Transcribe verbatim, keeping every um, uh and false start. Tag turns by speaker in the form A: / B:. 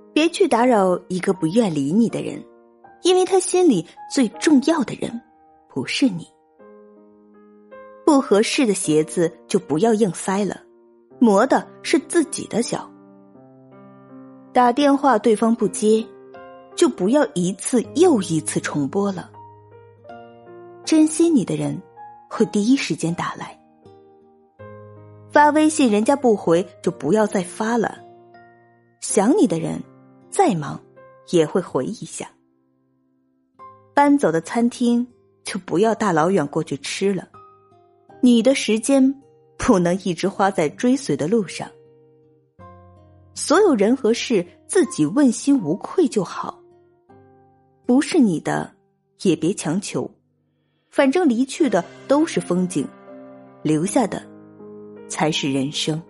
A: 别去打扰一个不愿理你的人，因为他心里最重要的人不是你。不合适的鞋子就不要硬塞了，磨的是自己的脚。打电话对方不接，就不要一次又一次重拨了。珍惜你的人会第一时间打来。发微信人家不回，就不要再发了。想你的人再忙也会回一下。搬走的餐厅就不要大老远过去吃了。你的时间不能一直花在追随的路上。所有人和事自己问心无愧就好。不是你的也别强求，反正离去的都是风景，留下的才是人生。